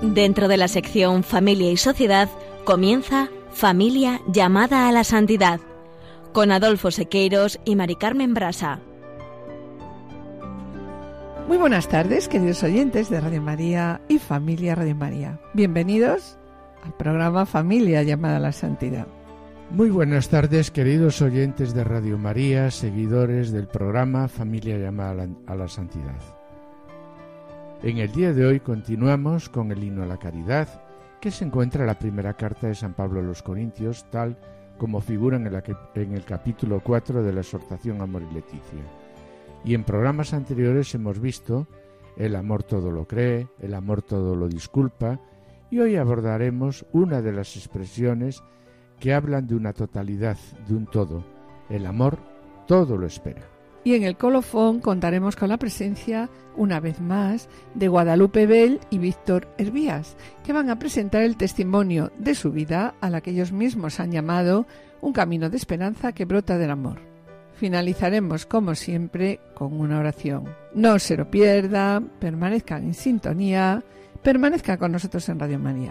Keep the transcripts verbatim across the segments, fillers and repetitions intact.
Dentro de la sección Familia y Sociedad comienza Familia llamada a la santidad, con Adolfo Sequeiros y Mari Carmen Brasa. Muy buenas tardes, queridos oyentes de Radio María y Familia Radio María. Bienvenidos al programa Familia llamada a la santidad. Muy buenas tardes, queridos oyentes de Radio María, seguidores del programa Familia llamada a la santidad. En el día de hoy continuamos con el himno a la caridad, que se encuentra en la primera carta de San Pablo a los Corintios, tal como figura en el, en el capítulo cuatro de la exhortación Amor y Leticia. Y en programas anteriores hemos visto el amor todo lo cree, el amor todo lo disculpa, y hoy abordaremos una de las expresiones que hablan de una totalidad, de un todo. El amor todo lo espera. Y en el colofón contaremos con la presencia, una vez más, de Guadalupe Bell y Víctor Hervías, que van a presentar el testimonio de su vida a la que ellos mismos han llamado un camino de esperanza que brota del amor. Finalizaremos, como siempre, con una oración. No se lo pierdan, permanezcan en sintonía, permanezcan con nosotros en Radio María.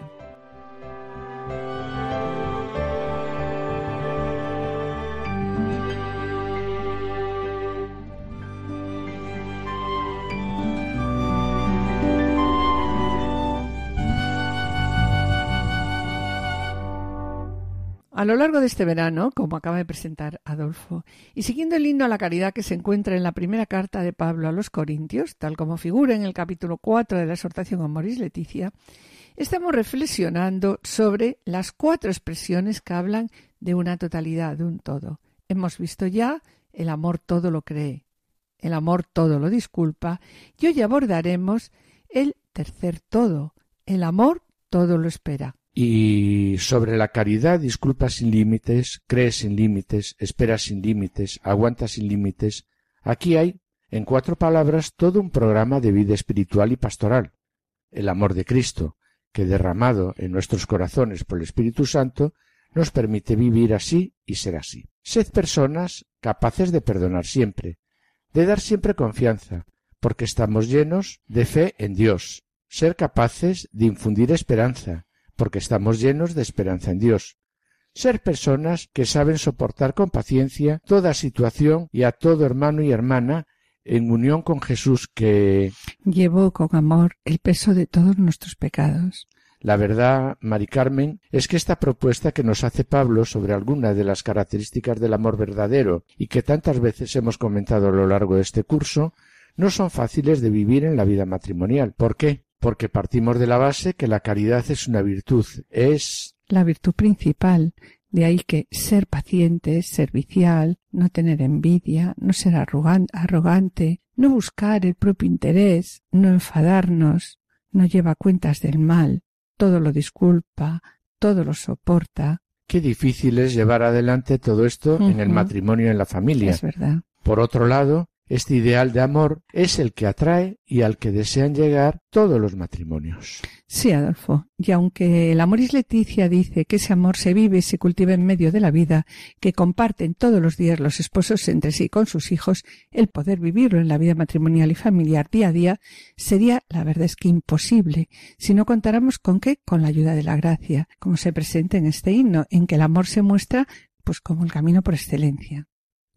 A lo largo de este verano, como acaba de presentar Adolfo, y siguiendo el himno a la caridad que se encuentra en la primera carta de Pablo a los Corintios, tal como figura en el capítulo cuatro de la exhortación Amor y Leticia, estamos reflexionando sobre las cuatro expresiones que hablan de una totalidad, de un todo. Hemos visto ya el amor todo lo cree, el amor todo lo disculpa, y hoy abordaremos el tercer todo, el amor todo lo espera. Y sobre la caridad, disculpa sin límites, cree sin límites, espera sin límites, aguanta sin límites. Aquí hay, en cuatro palabras, todo un programa de vida espiritual y pastoral. El amor de Cristo, que derramado en nuestros corazones por el Espíritu Santo, nos permite vivir así y ser así. Sed personas capaces de perdonar siempre, de dar siempre confianza, porque estamos llenos de fe en Dios. Ser capaces de infundir esperanza, porque estamos llenos de esperanza en Dios. Ser personas que saben soportar con paciencia toda situación y a todo hermano y hermana en unión con Jesús que llevó con amor el peso de todos nuestros pecados. La verdad, Mari Carmen, es que esta propuesta que nos hace Pablo sobre algunas de las características del amor verdadero y que tantas veces hemos comentado a lo largo de este curso, no son fáciles de vivir en la vida matrimonial. ¿Por qué? Porque partimos de la base que la caridad es una virtud, es la virtud principal. De ahí que ser paciente, servicial, no tener envidia, no ser arrogante, no buscar el propio interés, no enfadarnos, no lleva cuentas del mal, todo lo disculpa, todo lo soporta. Qué difícil es llevar adelante todo esto uh-huh. en el matrimonio y en la familia. Es verdad. Por otro lado, este ideal de amor es el que atrae y al que desean llegar todos los matrimonios. Sí, Adolfo, y aunque el Amor y Leticia dice que ese amor se vive y se cultiva en medio de la vida, que comparten todos los días los esposos entre sí con sus hijos, el poder vivirlo en la vida matrimonial y familiar día a día sería, la verdad es que imposible, si no contáramos con qué, con la ayuda de la gracia, como se presenta en este himno, en que el amor se muestra pues como el camino por excelencia.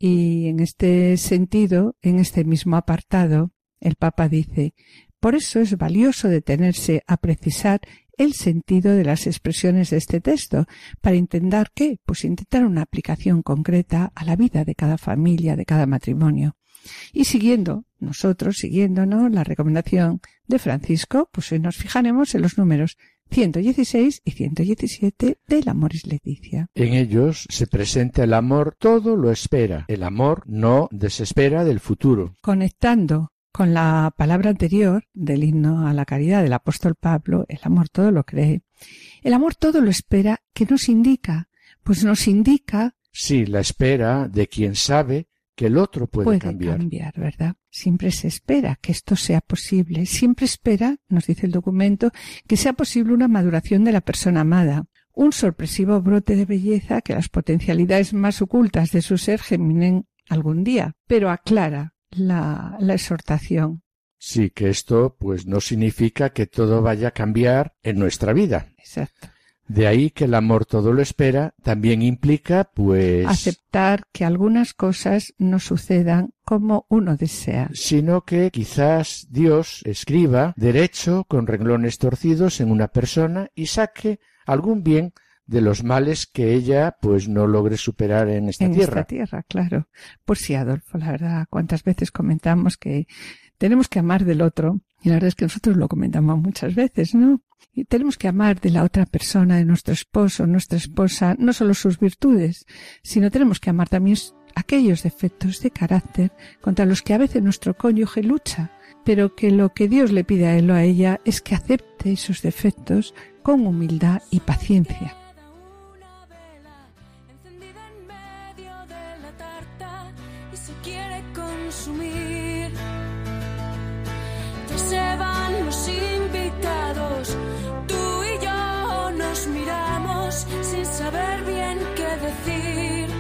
Y en este sentido, en este mismo apartado, el Papa dice: por eso es valioso detenerse a precisar el sentido de las expresiones de este texto, para intentar ¿qué? Pues intentar una aplicación concreta a la vida de cada familia, de cada matrimonio. Y siguiendo, nosotros siguiéndonos la recomendación de Francisco, pues hoy nos fijaremos en los números ciento dieciséis y ciento diecisiete del Amor y Leticia. En ellos se presenta el amor todo lo espera. El amor no desespera del futuro. Conectando con la palabra anterior del himno a la caridad del apóstol Pablo, el amor todo lo cree. El amor todo lo espera, ¿qué nos indica? Pues nos indica... Sí, la espera de quien sabe que el otro puede, puede cambiar. cambiar, ¿verdad? Siempre se espera que esto sea posible. Siempre espera, nos dice el documento, que sea posible una maduración de la persona amada. Un sorpresivo brote de belleza que las potencialidades más ocultas de su ser geminen algún día. Pero aclara la, la exhortación. Sí, que esto pues no significa que todo vaya a cambiar en nuestra vida. Exacto. De ahí que el amor todo lo espera también implica, pues... aceptar que algunas cosas no sucedan como uno desea. Sino que quizás Dios escriba derecho con renglones torcidos en una persona y saque algún bien de los males que ella pues no logre superar en esta en tierra. En esta tierra, claro. Pues sí, Adolfo, la verdad, cuántas veces comentamos que tenemos que amar del otro, y la verdad es que nosotros lo comentamos muchas veces, ¿no? Y tenemos que amar de la otra persona, de nuestro esposo, nuestra esposa, no solo sus virtudes, sino tenemos que amar también aquellos defectos de carácter contra los que a veces nuestro cónyuge lucha, pero que lo que Dios le pide a él o a ella es que acepte esos defectos con humildad y paciencia. Se van los invitados, tú y yo nos miramos sin saber bien qué decir.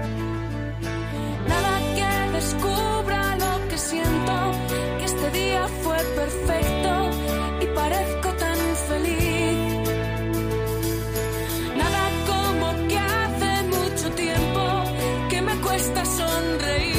Nada que descubra lo que siento, que este día fue perfecto y parezco tan feliz. Nada como que hace mucho tiempo que me cuesta sonreír.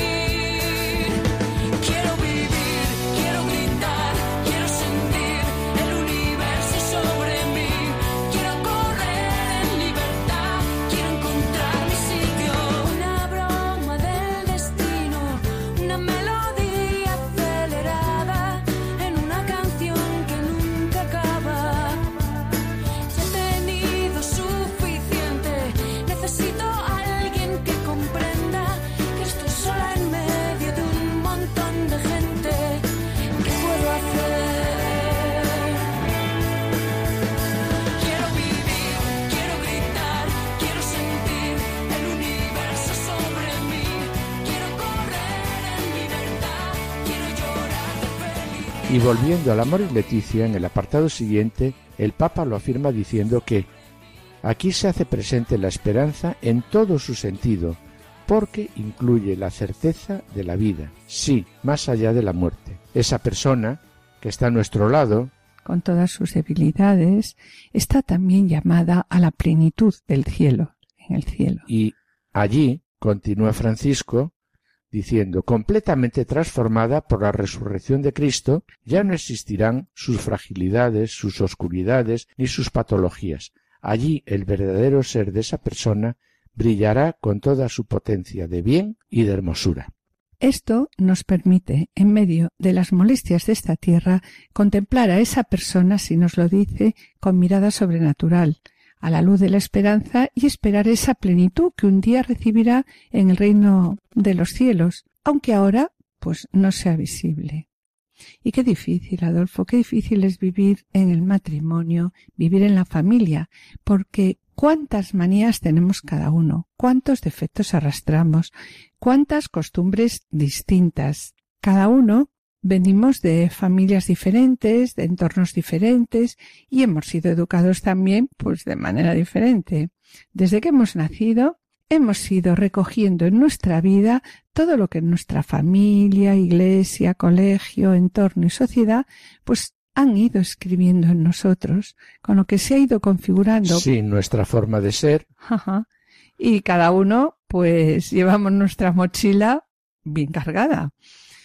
Y volviendo al Amoris Laetitia, en el apartado siguiente, el Papa lo afirma diciendo que aquí se hace presente la esperanza en todo su sentido, porque incluye la certeza de la vida, sí, más allá de la muerte. Esa persona que está a nuestro lado, con todas sus debilidades, está también llamada a la plenitud del cielo, en el cielo. Y allí, continúa Francisco, diciendo, completamente transformada por la resurrección de Cristo, ya no existirán sus fragilidades, sus oscuridades, ni sus patologías. Allí el verdadero ser de esa persona brillará con toda su potencia de bien y de hermosura. Esto nos permite, en medio de las molestias de esta tierra, contemplar a esa persona, si nos lo dice, con mirada sobrenatural, a la luz de la esperanza, y esperar esa plenitud que un día recibirá en el reino de los cielos, aunque ahora pues no sea visible. Y qué difícil, Adolfo, qué difícil es vivir en el matrimonio, vivir en la familia, porque cuántas manías tenemos cada uno, cuántos defectos arrastramos, cuántas costumbres distintas. Cada uno venimos de familias diferentes, de entornos diferentes, y hemos sido educados también pues de manera diferente. Desde que hemos nacido, hemos ido recogiendo en nuestra vida todo lo que nuestra familia, iglesia, colegio, entorno y sociedad pues han ido escribiendo en nosotros, con lo que se ha ido configurando. Sí, nuestra forma de ser. Ajá. Y cada uno pues llevamos nuestra mochila bien cargada.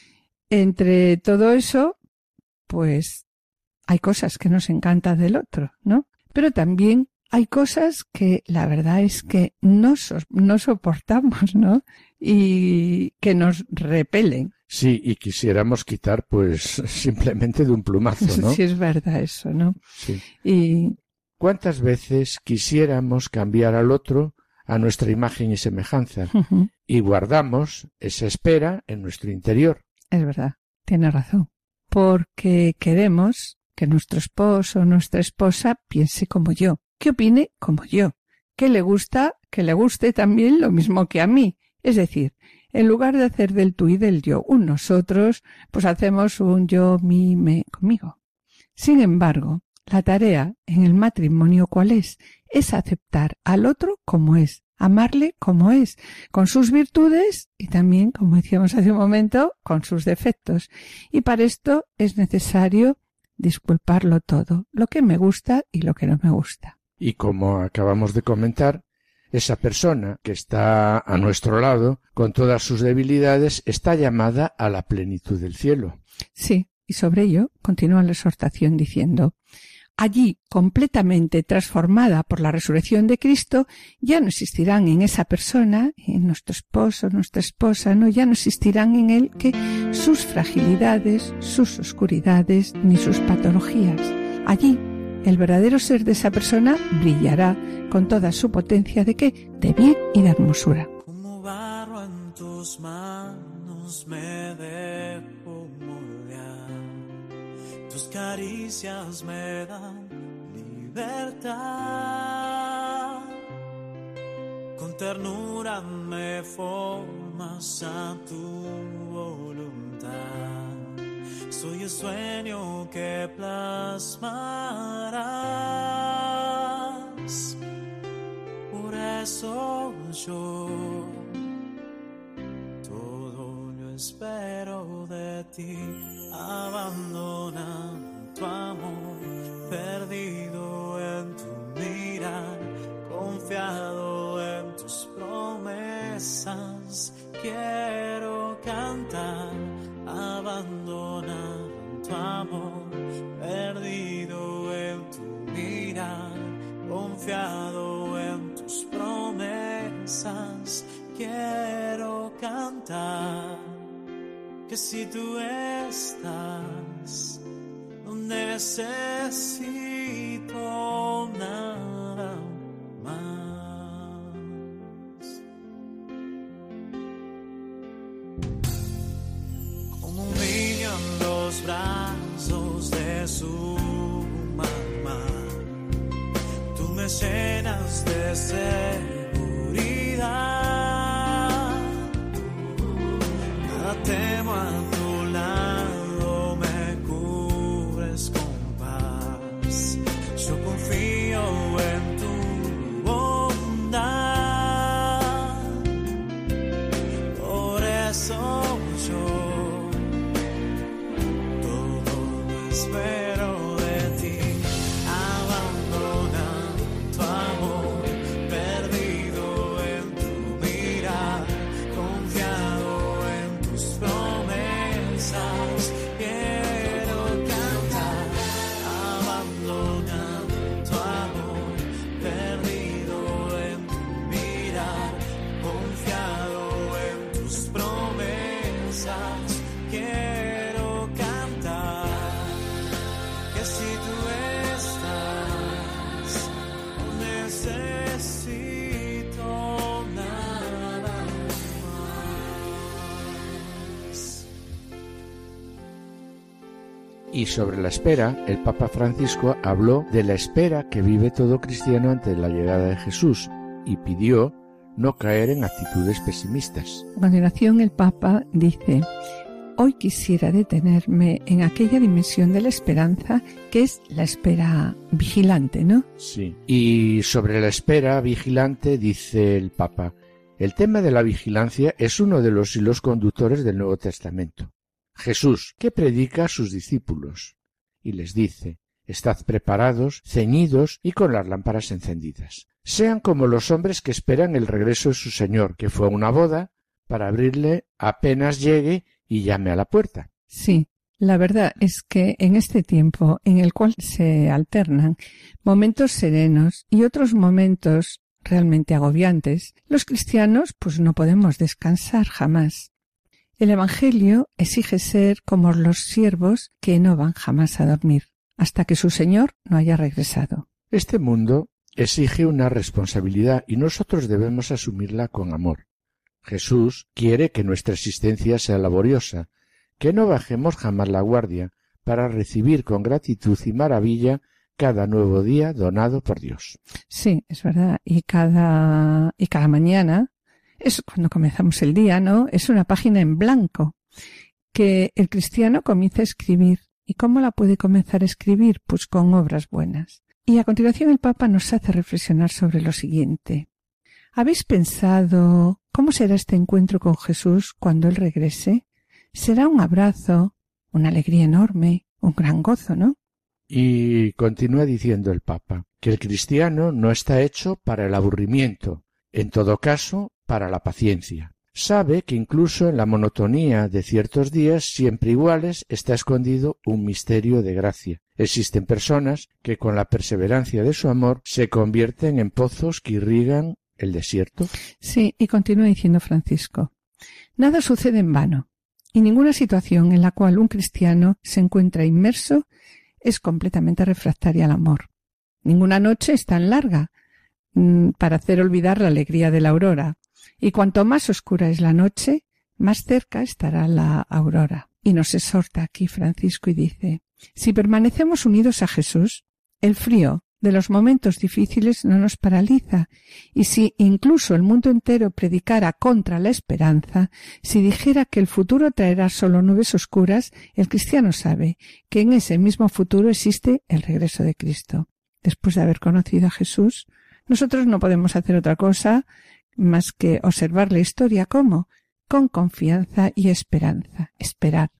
Entre todo eso, pues hay cosas que nos encantan del otro, ¿no? Pero también hay cosas que la verdad es que no, so- no soportamos, ¿no? Y que nos repelen. Sí, y quisiéramos quitar, pues, simplemente de un plumazo, ¿no? Sí, es verdad eso, ¿no? Sí. Y ¿Cuántas veces quisiéramos cambiar al otro a nuestra imagen y semejanza? uh-huh, Y guardamos esa espera en nuestro interior. es verdad, tiene razón. Porque queremos que nuestro esposo o nuestra esposa piense como yo, que opine como yo, que le gusta, que le guste también lo mismo que a mí. Es decir, en lugar de hacer del tú y del yo un nosotros, pues hacemos un yo, mi, me, conmigo. Sin embargo, la tarea en el matrimonio, ¿cuál es? Es aceptar al otro como es, amarle como es, con sus virtudes y también, como decíamos hace un momento, con sus defectos. Y para esto es necesario disculparlo todo, lo que me gusta y lo que no me gusta. Y como acabamos de comentar, esa persona que está a nuestro lado, con todas sus debilidades, está llamada a la plenitud del cielo. Sí, y sobre ello continúa la exhortación diciendo: allí, completamente transformada por la resurrección de Cristo, ya no existirán en esa persona, en nuestro esposo, nuestra esposa, no, ya no existirán en él que sus fragilidades, sus oscuridades, ni sus patologías. Allí, el verdadero ser de esa persona brillará con toda su potencia de qué, de bien y de hermosura. Como barro en tus manos me dejo moldear, tus caricias me dan libertad, con ternura me formas a tu voluntad. Soy el sueño que plasmarás, por eso yo todo lo espero de ti, abandona tu amor, perdido en tu mirar, confiado en tus promesas, quiero cantar, abandona tu amor, perdido en tu mirar, confiado en tus promesas, quiero cantar, que si tú estás, no necesito nada más. Como un niño en los brazos de su mamá, tú me llenas de seguridad. Nada temo, a tu lado me cubres con paz. Yo confío en tu bondad, por eso yo todo lo espero de ti, abandona tu amor, perdido en tu mirar, confiado en tus promesas, quiero cantar, abandona tu amor, perdido en tu mirar, confiado en tus promesas, quiero cantar, que si tú estás, no necesito nada más. Y sobre la espera, el Papa Francisco habló de la espera que vive todo cristiano ante la llegada de Jesús y pidió no caer en actitudes pesimistas. A continuación, el Papa dice: hoy quisiera detenerme en aquella dimensión de la esperanza que es la espera vigilante, ¿no? Sí. Y sobre la espera vigilante dice el Papa: el tema de la vigilancia es uno de los hilos conductores del Nuevo Testamento. Jesús, que predica a sus discípulos, y les dice: estad preparados, ceñidos y con las lámparas encendidas. Sean como los hombres que esperan el regreso de su Señor, que fue a una boda, para abrirle apenas llegue y llame a la puerta. Sí, la verdad es que en este tiempo en el cual se alternan momentos serenos y otros momentos realmente agobiantes, los cristianos pues no podemos descansar jamás. El Evangelio exige ser como los siervos que no van jamás a dormir, hasta que su Señor no haya regresado. Este mundo exige una responsabilidad y nosotros debemos asumirla con amor. Jesús quiere que nuestra existencia sea laboriosa, que no bajemos jamás la guardia para recibir con gratitud y maravilla cada nuevo día donado por Dios. Sí, es verdad. Y cada, y cada mañana, es cuando comenzamos el día, ¿no? Es una página en blanco que el cristiano comienza a escribir. ¿Y cómo la puede comenzar a escribir? Pues con obras buenas. Y a continuación el Papa nos hace reflexionar sobre lo siguiente. ¿Habéis pensado cómo será este encuentro con Jesús cuando Él regrese? Será un abrazo, una alegría enorme, un gran gozo, ¿no? Y continúa diciendo el Papa que el cristiano no está hecho para el aburrimiento, en todo caso, para la paciencia. Sabe que incluso en la monotonía de ciertos días siempre iguales está escondido un misterio de gracia. Existen personas que con la perseverancia de su amor se convierten en pozos que irrigan el desierto. Sí, y continúa diciendo Francisco, nada sucede en vano, y ninguna situación en la cual un cristiano se encuentra inmerso es completamente refractaria al amor. Ninguna noche es tan larga mmm, para hacer olvidar la alegría de la aurora, y cuanto más oscura es la noche, más cerca estará la aurora. Y nos exhorta aquí Francisco y dice, si permanecemos unidos a Jesús, el frío de los momentos difíciles no nos paraliza, y si incluso el mundo entero predicara contra la esperanza, si dijera que el futuro traerá solo nubes oscuras, el cristiano sabe que en ese mismo futuro existe el regreso de Cristo. Después de haber conocido a Jesús, nosotros no podemos hacer otra cosa más que observar la historia como con confianza y esperanza, esperar.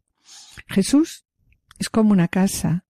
Jesús es como una casa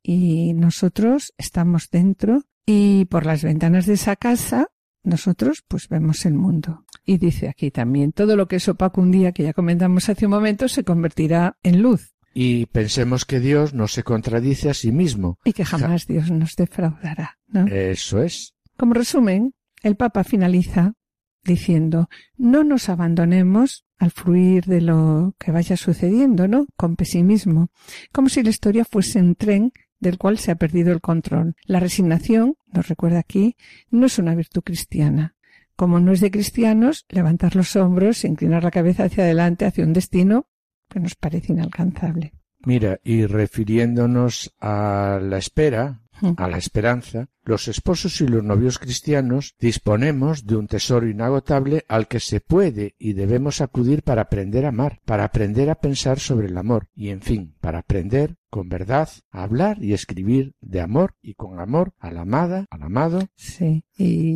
y nosotros estamos dentro y por las ventanas de esa casa nosotros pues vemos el mundo. Y dice aquí también, todo lo que es opaco un día, que ya comentamos hace un momento, se convertirá en luz. Y pensemos que Dios no se contradice a sí mismo. Y que jamás ja- Dios nos defraudará, ¿no? Eso es. Como resumen, el Papa finaliza diciendo, no nos abandonemos al fluir de lo que vaya sucediendo, ¿no? Con pesimismo, como si la historia fuese un tren del cual se ha perdido el control. La resignación, nos recuerda aquí, no es una virtud cristiana. Como no es de cristianos, levantar los hombros e inclinar la cabeza hacia adelante, hacia un destino que nos parece inalcanzable. Mira, y refiriéndonos a la espera, a la esperanza, los esposos y los novios cristianos disponemos de un tesoro inagotable al que se puede y debemos acudir para aprender a amar, para aprender a pensar sobre el amor y, en fin, para aprender con verdad a hablar y escribir de amor y con amor a la amada, al amado. Sí,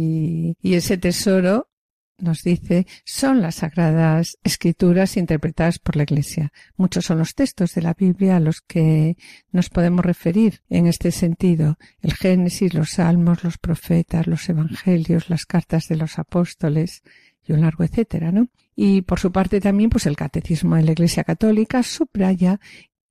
y, y ese tesoro, nos dice, son las sagradas escrituras interpretadas por la Iglesia. Muchos son los textos de la Biblia a los que nos podemos referir en este sentido. El Génesis, los Salmos, los profetas, los Evangelios, las cartas de los apóstoles y un largo etcétera, ¿no? Y por su parte también, pues el Catecismo de la Iglesia Católica subraya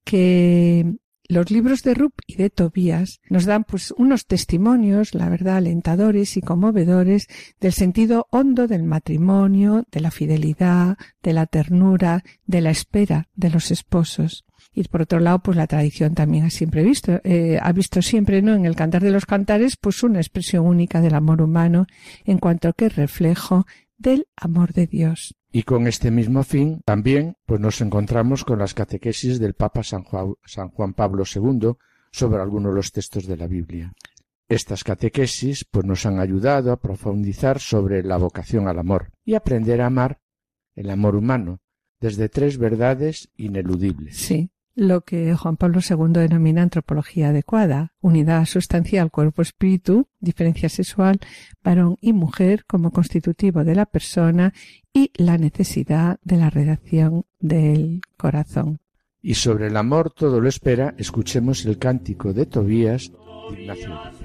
que los libros de Ruth y de Tobías nos dan pues unos testimonios, la verdad, alentadores y conmovedores del sentido hondo del matrimonio, de la fidelidad, de la ternura, de la espera de los esposos. Y por otro lado, pues la tradición también ha siempre visto, eh, ha visto siempre, ¿no?, en el Cantar de los Cantares, pues una expresión única del amor humano en cuanto que es reflejo del amor de Dios. Y con este mismo fin también pues nos encontramos con las catequesis del Papa San Juan, San Juan Pablo segundo sobre algunos de los textos de la Biblia. Estas catequesis pues nos han ayudado a profundizar sobre la vocación al amor y aprender a amar el amor humano desde tres verdades ineludibles. Sí, lo que Juan Pablo segundo denomina antropología adecuada, unidad sustancial cuerpo-espíritu, diferencia sexual, varón y mujer como constitutivo de la persona y la necesidad de la redacción del corazón. Y sobre el amor todo lo espera, escuchemos el cántico de Tobías de Ignacio Yepes.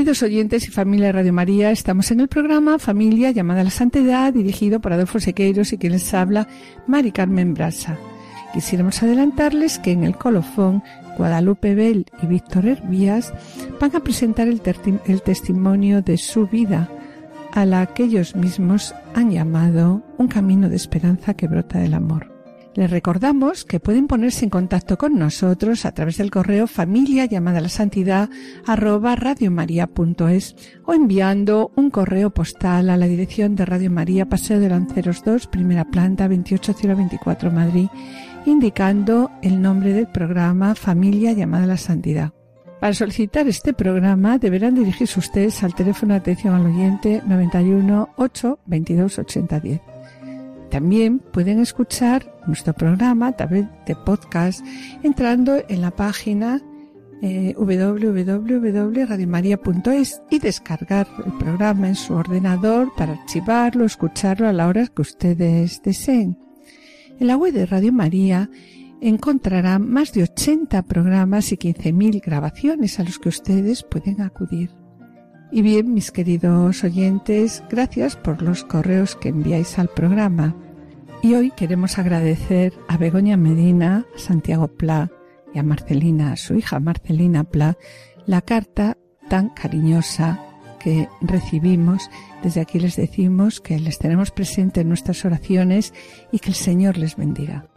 Queridos oyentes y familia de Radio María, estamos en el programa Familia llamada a la Santidad, dirigido por Adolfo Sequeiros y quien les habla, Mari Carmen Brasa. Quisiéramos adelantarles que en el colofón, Guadalupe Bell y Víctor Hervías van a presentar el, ter- el testimonio de su vida, a la que ellos mismos han llamado un camino de esperanza que brota del amor. Les recordamos que pueden ponerse en contacto con nosotros a través del correo familia llamada a la santidad arroba radiomaria.es o enviando un correo postal a la dirección de Radio María, Paseo de Lanceros dos, primera planta, veintiocho mil veinticuatro, Madrid, indicando el nombre del programa Familia llamada a la Santidad. Para solicitar este programa deberán dirigirse ustedes al teléfono de atención al oyente noventa y uno, ocho, veintidós, ochenta, diez. También pueden escuchar nuestro programa a través de podcast entrando en la página eh, doble u doble u doble u punto radio maria punto es y descargar el programa en su ordenador para archivarlo, escucharlo a la hora que ustedes deseen. En la web de Radio María encontrarán más de ochenta programas y quince mil grabaciones a los que ustedes pueden acudir. Y bien, mis queridos oyentes, gracias por los correos que enviáis al programa. Y hoy queremos agradecer a Begoña Medina, a Santiago Pla y a Marcelina, a su hija Marcelina Pla, la carta tan cariñosa que recibimos. Desde aquí les decimos que les tenemos presente en nuestras oraciones y que el Señor les bendiga.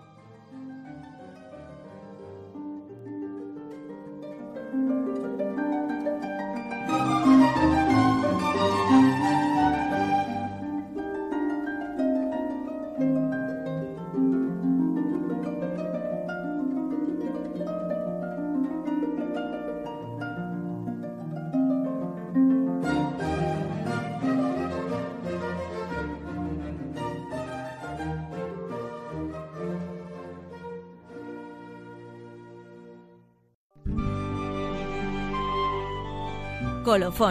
Colofón.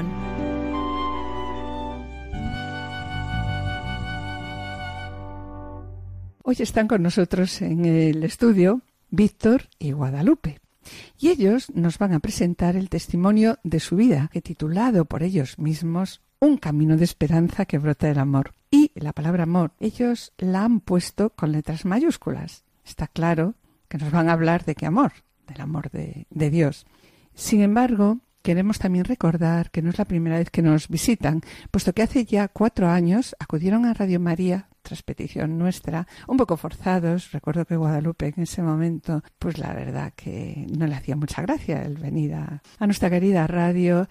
Hoy están con nosotros en el estudio Víctor y Guadalupe. Y ellos nos van a presentar el testimonio de su vida, que titulado por ellos mismos Un camino de esperanza que brota del amor. Y la palabra amor, ellos la han puesto con letras mayúsculas. Está claro que nos van a hablar de qué amor, del amor de, de Dios. Sin embargo, queremos también recordar que no es la primera vez que nos visitan, puesto que hace ya cuatro años acudieron a Radio María, tras petición nuestra, un poco forzados. Recuerdo que Guadalupe en ese momento, pues la verdad que no le hacía mucha gracia el venir a, a nuestra querida radio,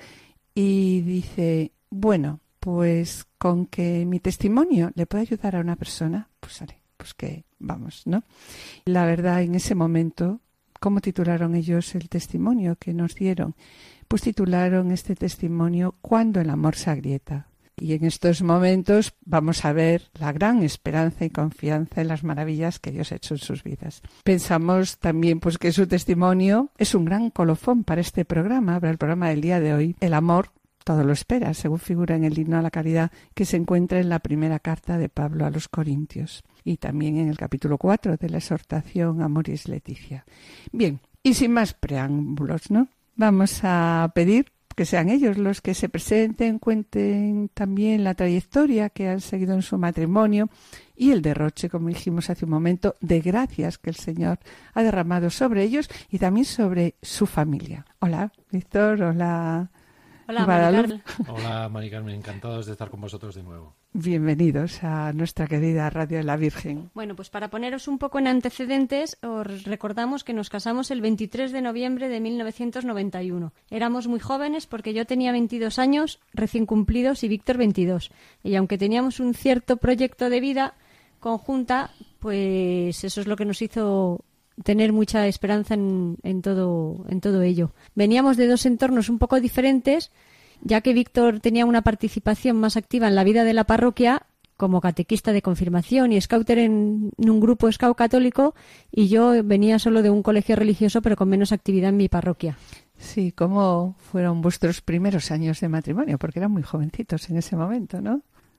y dice, bueno, pues con que mi testimonio le pueda ayudar a una persona, pues vale, pues que vamos, ¿no? La verdad, en ese momento, ¿cómo titularon ellos el testimonio que nos dieron? Pues titularon este testimonio Cuando el amor se agrieta. Y en estos momentos vamos a ver la gran esperanza y confianza en las maravillas que Dios ha hecho en sus vidas. Pensamos también pues que su testimonio es un gran colofón para este programa, para el programa del día de hoy. El amor todo lo espera, según figura en el himno a la caridad que se encuentra en la primera carta de Pablo a los Corintios y también en el capítulo cuatro de la exhortación Amoris Laetitia. Bien, y sin más preámbulos, ¿no? Vamos a pedir que sean ellos los que se presenten, cuenten también la trayectoria que han seguido en su matrimonio y el derroche, como dijimos hace un momento, de gracias que el Señor ha derramado sobre ellos y también sobre su familia. Hola, Víctor, hola. Hola, Guadalupe. Hola, Mari Carmen, encantados de estar con vosotros de nuevo. Bienvenidos a nuestra querida Radio de la Virgen. Bueno, pues para poneros un poco en antecedentes, os recordamos que nos casamos el veintitrés de noviembre de mil novecientos noventa y uno. Éramos muy jóvenes porque yo tenía veintidós años recién cumplidos y Víctor veintidós. Y aunque teníamos un cierto proyecto de vida conjunta, pues eso es lo que nos hizo tener mucha esperanza en, en todo, en todo ello. Veníamos de dos entornos un poco diferentes, ya que Víctor tenía una participación más activa en la vida de la parroquia como catequista de confirmación y scouter en, en un grupo scout católico, y yo venía solo de un colegio religioso pero con menos actividad en mi parroquia. Sí, ¿cómo fueron vuestros primeros años de matrimonio? Porque eran muy jovencitos en ese momento, ¿no?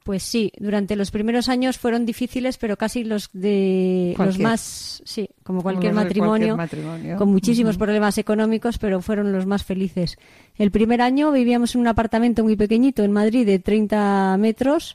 Pues sí, durante los primeros años fueron difíciles, pero casi los de Cualquier. los más, sí, como cualquier Como los de matrimonio, cualquier matrimonio. con muchísimos Ujú. problemas económicos, pero fueron los más felices. El primer año vivíamos en un apartamento muy pequeñito en Madrid de treinta metros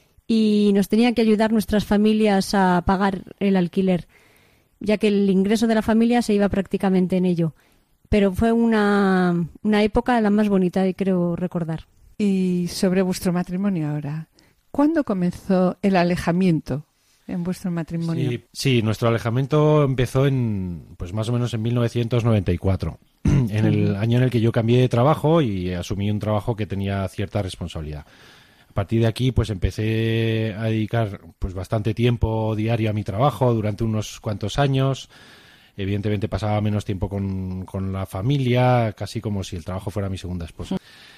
y nos tenían que ayudar nuestras familias a pagar el alquiler, ya que el ingreso de la familia se iba prácticamente en ello. Pero fue una, una época la más bonita, y creo recordar. Y sobre vuestro matrimonio ahora, ¿cuándo comenzó el alejamiento en vuestro matrimonio? Sí, sí, nuestro alejamiento empezó en, pues más o menos en mil novecientos noventa y cuatro, en el año en el que yo cambié de trabajo y asumí un trabajo que tenía cierta responsabilidad. A partir de aquí, pues empecé a dedicar pues bastante tiempo diario a mi trabajo durante unos cuantos años. Evidentemente pasaba menos tiempo con, con la familia, casi como si el trabajo fuera mi segunda esposa.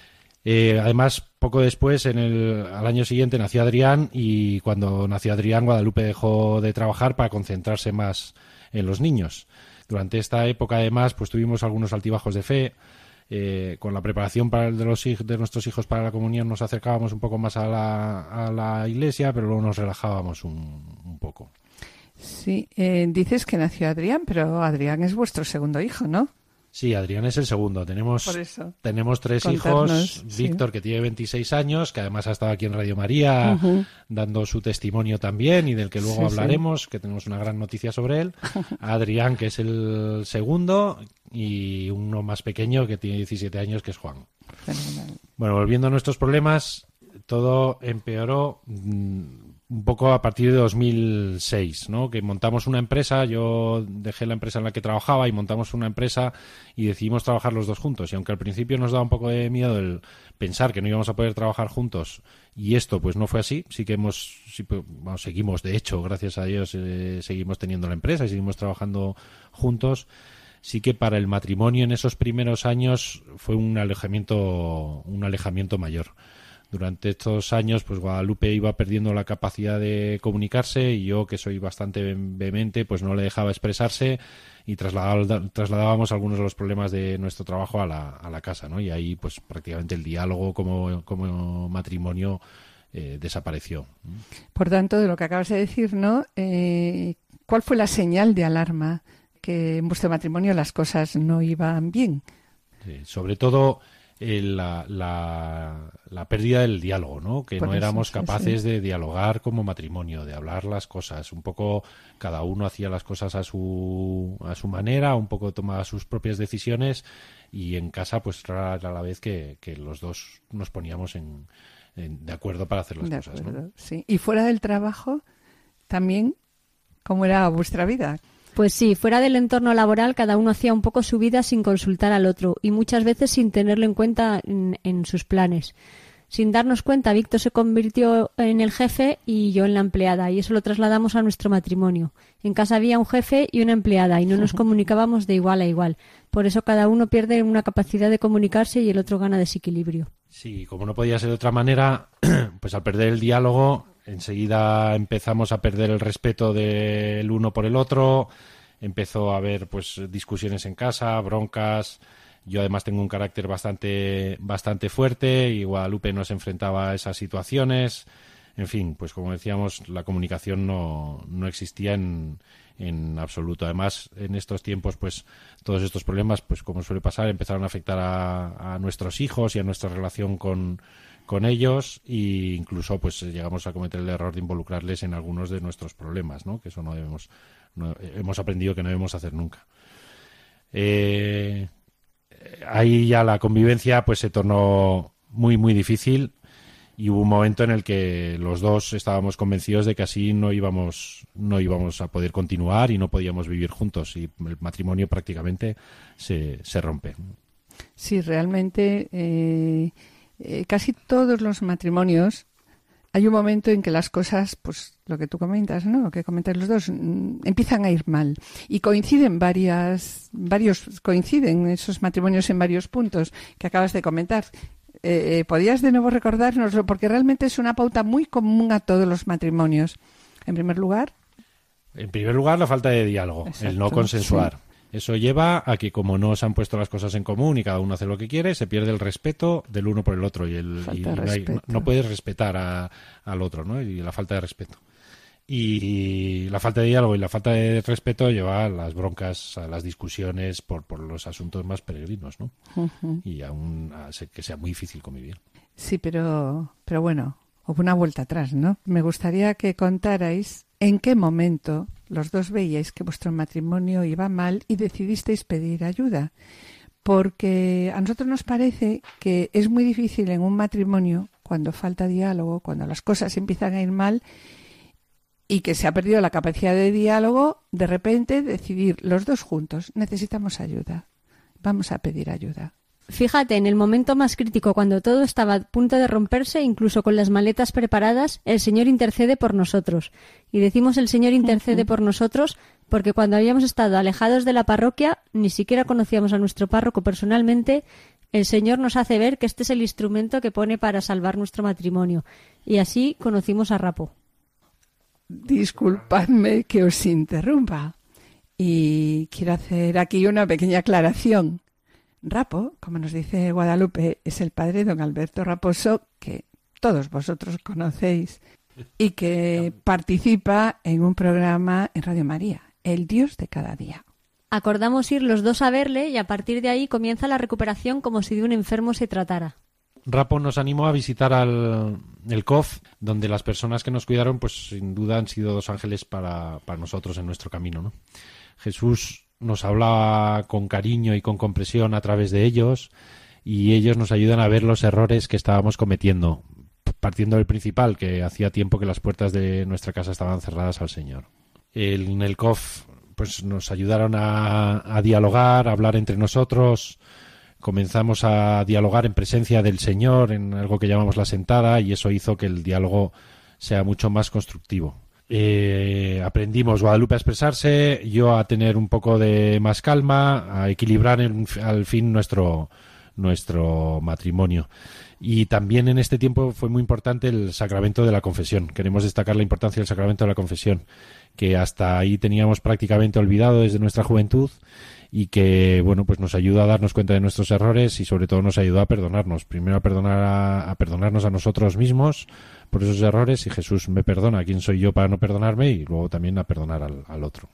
Eh, además, poco después, en el, al año siguiente, nació Adrián, y cuando nació Adrián, Guadalupe dejó de trabajar para concentrarse más en los niños. Durante esta época, además, pues tuvimos algunos altibajos de fe. Eh, con la preparación para el de, los, de nuestros hijos para la comunión nos acercábamos un poco más a la, a la iglesia, pero luego nos relajábamos un, un poco. Sí, eh, dices que nació Adrián, pero Adrián es vuestro segundo hijo, ¿no? Sí, Adrián es el segundo. Tenemos, Por eso. tenemos tres Contarnos, hijos. sí. Víctor, que tiene veintiséis años, que además ha estado aquí en Radio María Ujú. dando su testimonio también, y del que luego Sí, hablaremos, que tenemos una gran noticia sobre él. Adrián, que es el segundo, y uno más pequeño, que tiene diecisiete años, que es Juan. Fenomenal. Bueno, volviendo a nuestros problemas, todo empeoró mmm, un poco a partir de dos mil seis, ¿no? Que montamos una empresa, yo dejé la empresa en la que trabajaba y montamos una empresa y decidimos trabajar los dos juntos. Y aunque al principio nos daba un poco de miedo el pensar que no íbamos a poder trabajar juntos, y esto pues no fue así, sí que hemos, sí, pues, bueno, seguimos, de hecho, gracias a Dios, eh, seguimos teniendo la empresa y seguimos trabajando juntos. Sí que para el matrimonio en esos primeros años fue un alejamiento, un alejamiento mayor. Durante estos años, pues Guadalupe iba perdiendo la capacidad de comunicarse, y yo, que soy bastante vehemente, pues no le dejaba expresarse, y trasladaba, trasladábamos algunos de los problemas de nuestro trabajo a la, a la casa, ¿no? Y ahí, pues prácticamente el diálogo como, como matrimonio eh, desapareció. Por tanto, de lo que acabas de decir, ¿no? Eh, ¿Cuál fue la señal de alarma que en vuestro matrimonio las cosas no iban bien? Sí, sobre todo eh, la, la, la pérdida del diálogo, ¿no? Que Por no eso, éramos sí, capaces sí. de dialogar como matrimonio, de hablar las cosas. Un poco cada uno hacía las cosas a su, a su manera, un poco tomaba sus propias decisiones, y en casa pues rara era la vez que, que los dos nos poníamos en, en, de acuerdo para hacer las De cosas, acuerdo, ¿no? sí. Y fuera del trabajo, también, ¿cómo era vuestra vida? Pues sí, fuera del entorno laboral cada uno hacía un poco su vida sin consultar al otro, y muchas veces sin tenerlo en cuenta en, en sus planes. Sin darnos cuenta, Víctor se convirtió en el jefe y yo en la empleada, y eso lo trasladamos a nuestro matrimonio. En casa había un jefe y una empleada, y no nos comunicábamos de igual a igual. Por eso cada uno pierde una capacidad de comunicarse y el otro gana desequilibrio. Sí, como no podía ser de otra manera, pues al perder el diálogo, enseguida empezamos a perder el respeto del uno por el otro. Empezó a haber pues discusiones en casa, broncas. Yo además tengo un carácter bastante bastante fuerte, y Guadalupe nos enfrentaba a esas situaciones. En fin, pues como decíamos, la comunicación no, no existía en, en absoluto. Además, en estos tiempos, pues todos estos problemas, pues como suele pasar, empezaron a afectar a, a nuestros hijos y a nuestra relación con, con ellos, e incluso pues llegamos a cometer el error de involucrarles en algunos de nuestros problemas, ¿no? Que eso no debemos, no, hemos aprendido que no debemos hacer nunca. Eh, ahí ya la convivencia pues se tornó muy muy difícil, y hubo un momento en el que los dos estábamos convencidos de que así no íbamos no íbamos a poder continuar y no podíamos vivir juntos, y el matrimonio prácticamente se, se rompe. Sí, realmente eh, eh, casi todos los matrimonios hay un momento en que las cosas, pues lo que tú comentas, ¿no? Lo que comentan los dos, mm, empiezan a ir mal, y coinciden varias, varios, coinciden esos matrimonios en varios puntos que acabas de comentar. Eh, ¿Podrías de nuevo recordárnoslo? Porque realmente es una pauta muy común a todos los matrimonios. En primer lugar, En primer lugar, la falta de diálogo, Exacto, el no consensuar. Eso lleva a que, como no se han puesto las cosas en común y cada uno hace lo que quiere, se pierde el respeto del uno por el otro y, el, y no, hay, no, no puedes respetar a, al otro, ¿no? Y la falta de respeto. Y la falta de diálogo y la falta de respeto lleva a las broncas, a las discusiones por, por los asuntos más peregrinos, ¿no? Uh-huh. Y aún a que sea muy difícil convivir. Sí, pero, pero bueno, hubo una vuelta atrás, ¿no? Me gustaría que contarais en qué momento los dos veíais que vuestro matrimonio iba mal y decidisteis pedir ayuda. Porque a nosotros nos parece que es muy difícil en un matrimonio, cuando falta diálogo, cuando las cosas empiezan a ir mal, y que se ha perdido la capacidad de diálogo, de repente decidir los dos juntos, necesitamos ayuda, vamos a pedir ayuda. Fíjate, en el momento más crítico, cuando todo estaba a punto de romperse, incluso con las maletas preparadas, el Señor intercede por nosotros. Y decimos el Señor intercede uh-huh. por nosotros porque cuando habíamos estado alejados de la parroquia, ni siquiera conocíamos a nuestro párroco personalmente, el Señor nos hace ver que este es el instrumento que pone para salvar nuestro matrimonio. Y así conocimos a Rapo. Disculpadme que os interrumpa y quiero hacer aquí una pequeña aclaración. Rapo, como nos dice Guadalupe, es el padre de don Alberto Raposo, que todos vosotros conocéis y que participa en un programa en Radio María, El Dios de cada día. Acordamos ir los dos a verle y a partir de ahí comienza la recuperación como si de un enfermo se tratara. Rapo nos animó a visitar al el C O F, donde las personas que nos cuidaron, pues sin duda han sido dos ángeles para, para nosotros en nuestro camino, ¿no? Jesús nos hablaba con cariño y con comprensión a través de ellos y ellos nos ayudan a ver los errores que estábamos cometiendo, partiendo del principal, que hacía tiempo que las puertas de nuestra casa estaban cerradas al Señor. El, en el C O F pues nos ayudaron a, a dialogar, a hablar entre nosotros. Comenzamos a dialogar en presencia del Señor, en algo que llamamos la sentada, y eso hizo que el diálogo sea mucho más constructivo. Eh, aprendimos Guadalupe a expresarse, yo a tener un poco de más calma, a equilibrar en, al fin nuestro, nuestro matrimonio. Y también en este tiempo fue muy importante el sacramento de la confesión. Queremos destacar la importancia del sacramento de la confesión, que hasta ahí teníamos prácticamente olvidado desde nuestra juventud, y que, bueno, pues nos ayuda a darnos cuenta de nuestros errores y sobre todo nos ayuda a perdonarnos. Primero a perdonar a, a perdonarnos a nosotros mismos por esos errores, y Jesús me perdona, ¿quién soy yo para no perdonarme? Y luego también a perdonar al, al otro.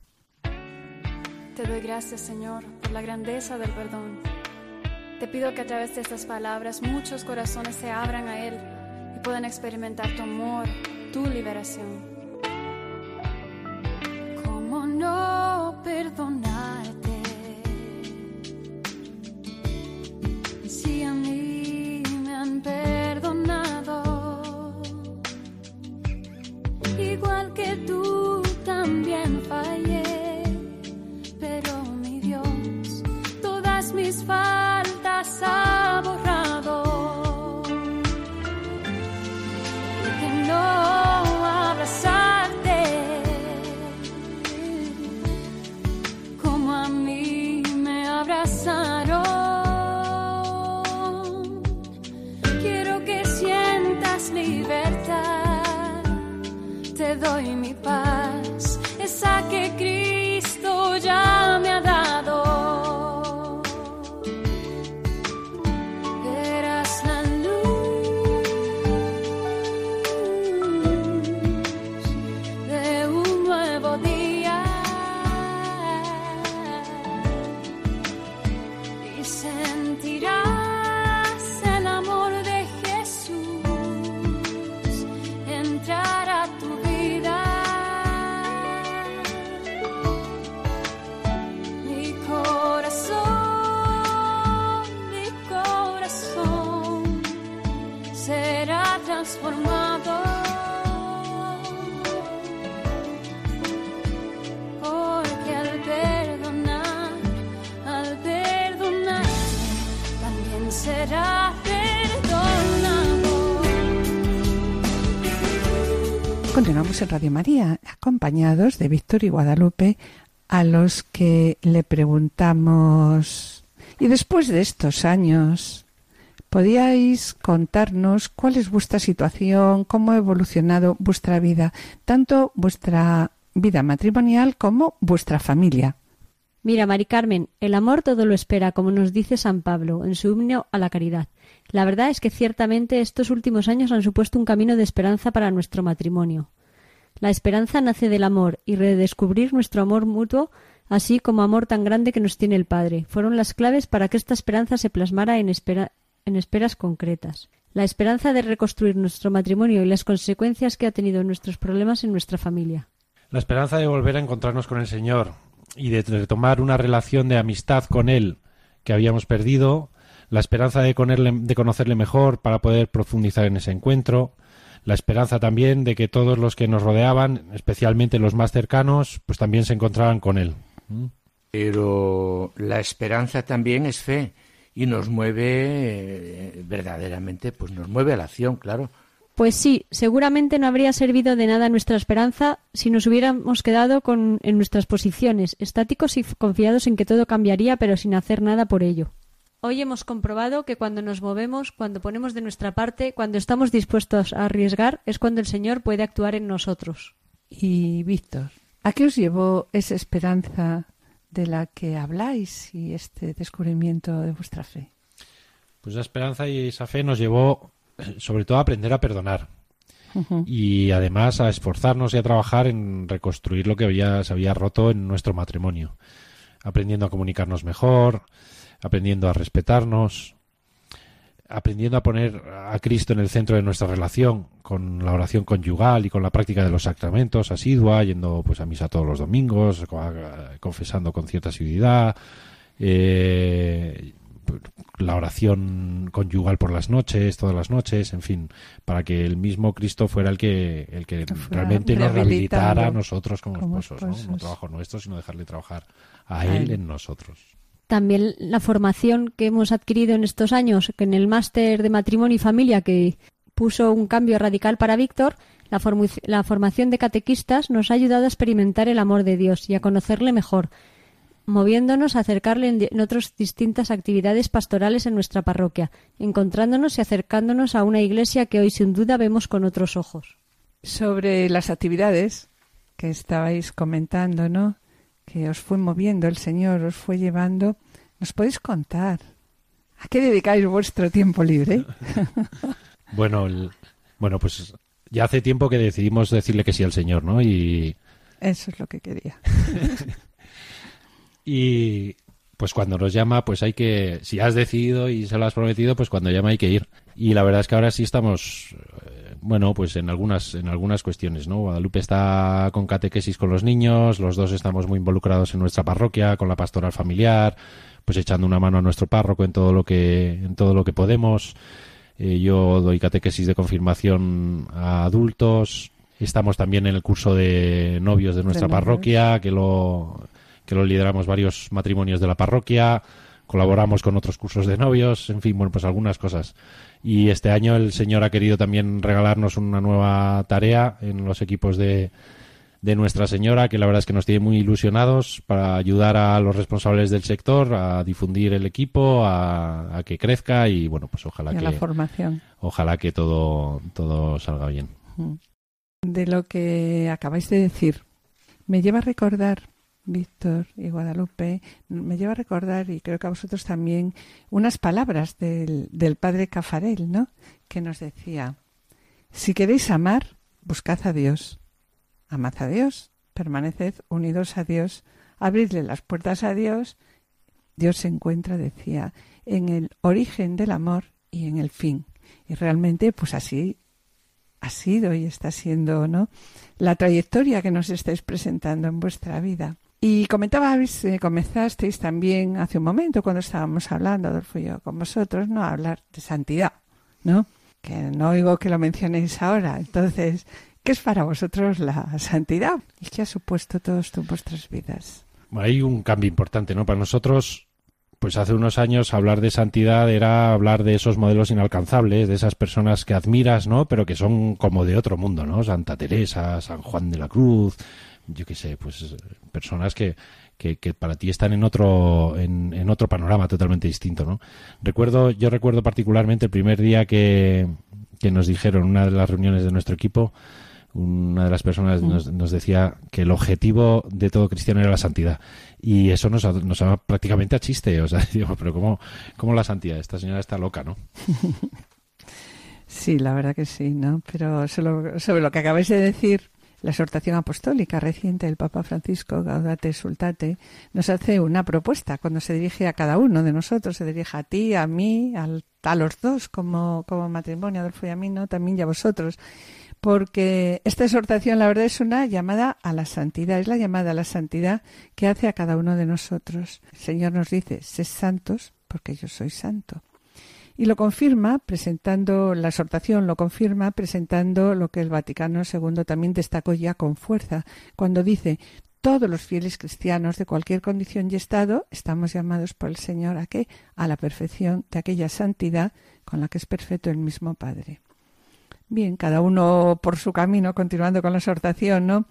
Te doy gracias, Señor, por la grandeza del perdón. Te pido que a través de estas palabras muchos corazones se abran a Él y puedan experimentar tu amor, tu liberación. ¿Cómo no perdonarte? Si a mí me han perdonado, igual que tú también fallé, pero mi Dios todas mis faltas ha borrado. Que no abrazarte como a mí me abrazaron. Quiero que sientas libertad, te doy mi paz, esa que Cristo ya me ha dado. Eras la luz de un nuevo día y sentirás el amor de Jesús entrar a tu vida. Mi corazón, mi corazón será transformado, porque al perdonar, al perdonar, también será perdonado. Continuamos en Radio María, acompañados de Víctor y Guadalupe, a los que le preguntamos: y después de estos años, ¿podíais contarnos cuál es vuestra situación, cómo ha evolucionado vuestra vida, tanto vuestra vida matrimonial como vuestra familia? Mira, Mari Carmen, el amor todo lo espera, como nos dice San Pablo en su himno a la caridad. La verdad es que ciertamente estos últimos años han supuesto un camino de esperanza para nuestro matrimonio. La esperanza nace del amor y redescubrir nuestro amor mutuo, así como amor tan grande que nos tiene el Padre, fueron las claves para que esta esperanza se plasmara en, espera, en esperas concretas. La esperanza de reconstruir nuestro matrimonio y las consecuencias que ha tenido nuestros problemas en nuestra familia. La esperanza de volver a encontrarnos con el Señor y de retomar una relación de amistad con Él que habíamos perdido, la esperanza de, conerle, de conocerle mejor para poder profundizar en ese encuentro, la esperanza también de que todos los que nos rodeaban, especialmente los más cercanos, pues también se encontraran con Él. Pero la esperanza también es fe y nos mueve eh, verdaderamente, pues nos mueve a la acción, claro. Pues sí, seguramente no habría servido de nada nuestra esperanza si nos hubiéramos quedado con, en nuestras posiciones, estáticos y confiados en que todo cambiaría, pero sin hacer nada por ello. Hoy hemos comprobado que cuando nos movemos, cuando ponemos de nuestra parte, cuando estamos dispuestos a arriesgar, es cuando el Señor puede actuar en nosotros. Y Víctor, ¿a qué os llevó esa esperanza de la que habláis y este descubrimiento de vuestra fe? Pues la esperanza y esa fe nos llevó sobre todo a aprender a perdonar. Uh-huh. Y además a esforzarnos y a trabajar en reconstruir lo que había, se había roto en nuestro matrimonio, aprendiendo a comunicarnos mejor, aprendiendo a respetarnos, aprendiendo a poner a Cristo en el centro de nuestra relación, con la oración conyugal y con la práctica de los sacramentos asidua, yendo pues a misa todos los domingos, confesando con cierta asiduidad, eh, la oración conyugal por las noches, todas las noches, en fin, para que el mismo Cristo fuera el que el que realmente nos rehabilitara a nosotros como, como esposos, esposos. ¿no? No trabajo nuestro, sino dejarle trabajar a, a él, él en nosotros. También la formación que hemos adquirido en estos años, que en el máster de matrimonio y familia que puso un cambio radical para Víctor, la, formu- la formación de catequistas nos ha ayudado a experimentar el amor de Dios y a conocerle mejor, moviéndonos a acercarle en, en otras distintas actividades pastorales en nuestra parroquia, encontrándonos y acercándonos a una iglesia que hoy sin duda vemos con otros ojos. Sobre las actividades que estabais comentando, ¿no?, que os fue moviendo el Señor, os fue llevando, ¿nos podéis contar a qué dedicáis vuestro tiempo libre? Bueno, el, bueno, pues ya hace tiempo que decidimos decirle que sí al Señor, ¿no? Y eso es lo que quería. Y pues cuando nos llama, pues hay que, si has decidido y se lo has prometido, pues cuando llama hay que ir. Y la verdad es que ahora sí estamos, eh, bueno, pues en algunas en algunas cuestiones, ¿no? Guadalupe está con catequesis con los niños, los dos estamos muy involucrados en nuestra parroquia, con la pastoral familiar, pues echando una mano a nuestro párroco en todo lo que en todo lo que podemos. Eh, yo doy catequesis de confirmación a adultos. Estamos también en el curso de novios de nuestra de parroquia, que lo que lo lideramos varios matrimonios de la parroquia, colaboramos con otros cursos de novios, en fin, bueno, pues algunas cosas. Y este año el Señor ha querido también regalarnos una nueva tarea en los equipos de, de Nuestra Señora, que la verdad es que nos tiene muy ilusionados para ayudar a los responsables del sector a difundir el equipo, a, a que crezca y, bueno, pues ojalá y a que la formación. Ojalá que todo, todo salga bien. De lo que acabáis de decir, me lleva a recordar, Víctor y Guadalupe, me lleva a recordar, y creo que a vosotros también, unas palabras del, del padre Cafarel, ¿no?, que nos decía: si queréis amar, buscad a Dios, amad a Dios, permaneced unidos a Dios, abridle las puertas a Dios. Dios se encuentra, decía, en el origen del amor y en el fin. Y realmente, pues así ha sido y está siendo, ¿no?, la trayectoria que nos estáis presentando en vuestra vida. Y comentabais, eh, comenzasteis también hace un momento, cuando estábamos hablando, Adolfo y yo, con vosotros, ¿no?, a hablar de santidad, ¿no?, que no oigo que lo mencionéis ahora. Entonces, ¿qué es para vosotros la santidad? ¿Y qué ha supuesto todo esto en vuestras vidas? Hay un cambio importante, ¿no? Para nosotros, pues hace unos años hablar de santidad era hablar de esos modelos inalcanzables, de esas personas que admiras, ¿no?, pero que son como de otro mundo, ¿no? Santa Teresa, San Juan de la Cruz, yo qué sé, pues personas que, que, que para ti están en otro en, en otro panorama totalmente distinto, ¿no? Recuerdo, yo recuerdo particularmente el primer día que, que nos dijeron, una de las reuniones de nuestro equipo, una de las personas mm. nos, nos decía que el objetivo de todo cristiano era la santidad. Y eso nos, nos va prácticamente a chiste. O sea, digo, pero ¿cómo, cómo la santidad? Esta señora está loca, ¿no? Sí, la verdad que sí, ¿no? Pero sobre, sobre lo que acabáis de decir, la exhortación apostólica reciente del Papa Francisco, Gaudate Sultate, nos hace una propuesta cuando se dirige a cada uno de nosotros, se dirige a ti, a mí, al, a los dos como, como matrimonio, Adolfo y a mí, ¿no? También y a vosotros. Porque esta exhortación, la verdad, es una llamada a la santidad, es la llamada a la santidad que hace a cada uno de nosotros. El Señor nos dice, sed santos porque yo soy santo. Y lo confirma presentando, la exhortación lo confirma presentando lo que el Vaticano segundo también destacó ya con fuerza, cuando dice, todos los fieles cristianos de cualquier condición y estado estamos llamados por el Señor a ¿qué? A la perfección de aquella santidad con la que es perfecto el mismo Padre. Bien, cada uno por su camino, continuando con la exhortación, ¿no?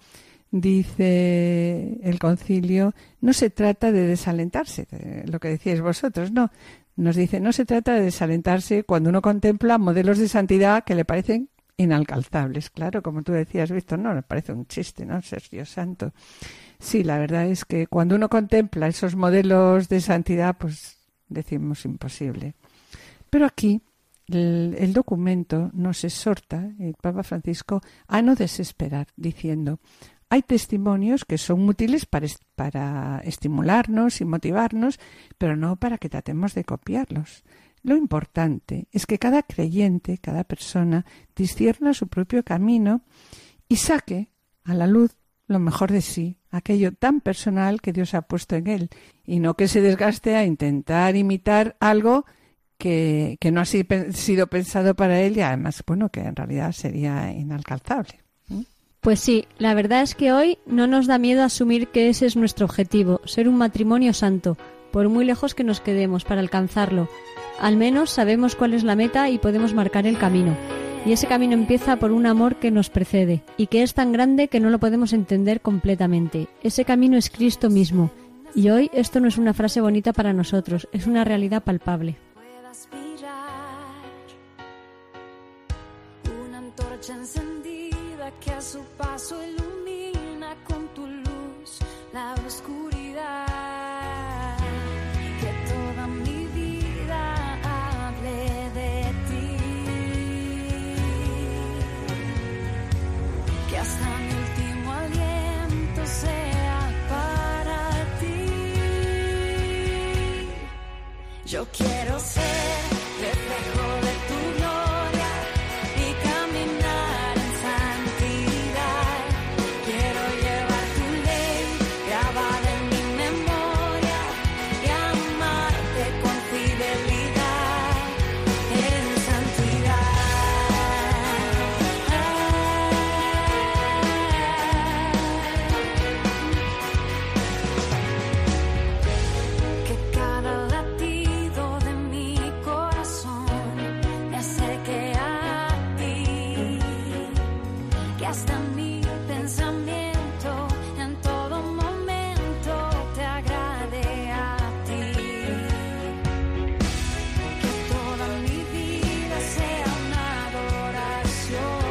Dice el concilio, no se trata de desalentarse, de lo que decíais vosotros, no. Nos dice, no se trata de desalentarse cuando uno contempla modelos de santidad que le parecen inalcanzables. Claro, como tú decías, Víctor, no, me parece un chiste, ¿no? Ser Dios santo. Sí, la verdad es que cuando uno contempla esos modelos de santidad, pues decimos imposible. Pero aquí el, el documento nos exhorta, el Papa Francisco, a no desesperar, diciendo, hay testimonios que son útiles para, para estimularnos y motivarnos, pero no para que tratemos de copiarlos. Lo importante es que cada creyente, cada persona, discierna su propio camino y saque a la luz lo mejor de sí, aquello tan personal que Dios ha puesto en él, y no que se desgaste a intentar imitar algo que, que no ha sido pensado para él y además, bueno, que en realidad sería inalcanzable. Pues sí, la verdad es que hoy no nos da miedo asumir que ese es nuestro objetivo, ser un matrimonio santo, por muy lejos que nos quedemos para alcanzarlo. Al menos sabemos cuál es la meta y podemos marcar el camino. Y ese camino empieza por un amor que nos precede y que es tan grande que no lo podemos entender completamente. Ese camino es Cristo mismo. Y hoy esto no es una frase bonita para nosotros, es una realidad palpable. Una antorcha encendida que a su paso ilumina con tu luz la oscuridad. Que toda mi vida hable de ti. Que hasta mi último aliento sea para ti. Yo quiero ser reflejo de tu gloria y caminar en santidad. Quiero llevar tu ley grabada en mi memoria y amarte con fidelidad en santidad. Que cada latido de mi corazón me acerque a ti, que hasta mi pensamiento en todo momento te agrade a ti, que toda mi vida sea una adoración,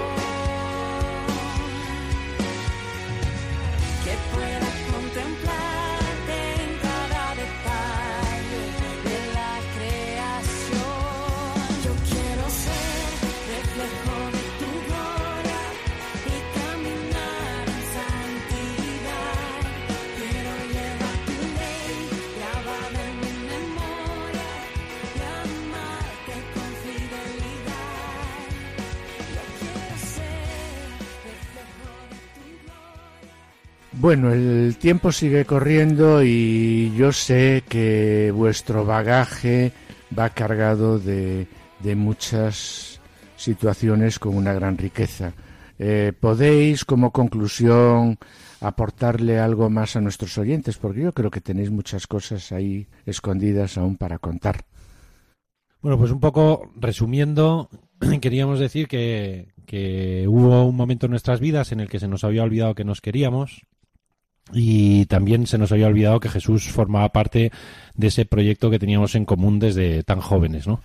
que pueda contemplarte en cada detalle de la creación. Yo quiero ser reflejo de tu gloria y caminar en santidad. Quiero llevar tu ley grabada en mi memoria y amarte con fidelidad. Yo quiero ser reflejo de tu gloria. Bueno, el tiempo sigue corriendo y yo sé que vuestro bagaje va cargado de, de muchas situaciones con una gran riqueza. Eh, ¿Podéis, como conclusión, aportarle algo más a nuestros oyentes? Porque yo creo que tenéis muchas cosas ahí escondidas aún para contar. Bueno, pues un poco resumiendo, queríamos decir que, que hubo un momento en nuestras vidas en el que se nos había olvidado que nos queríamos y también se nos había olvidado que Jesús formaba parte de ese proyecto que teníamos en común desde tan jóvenes, ¿no?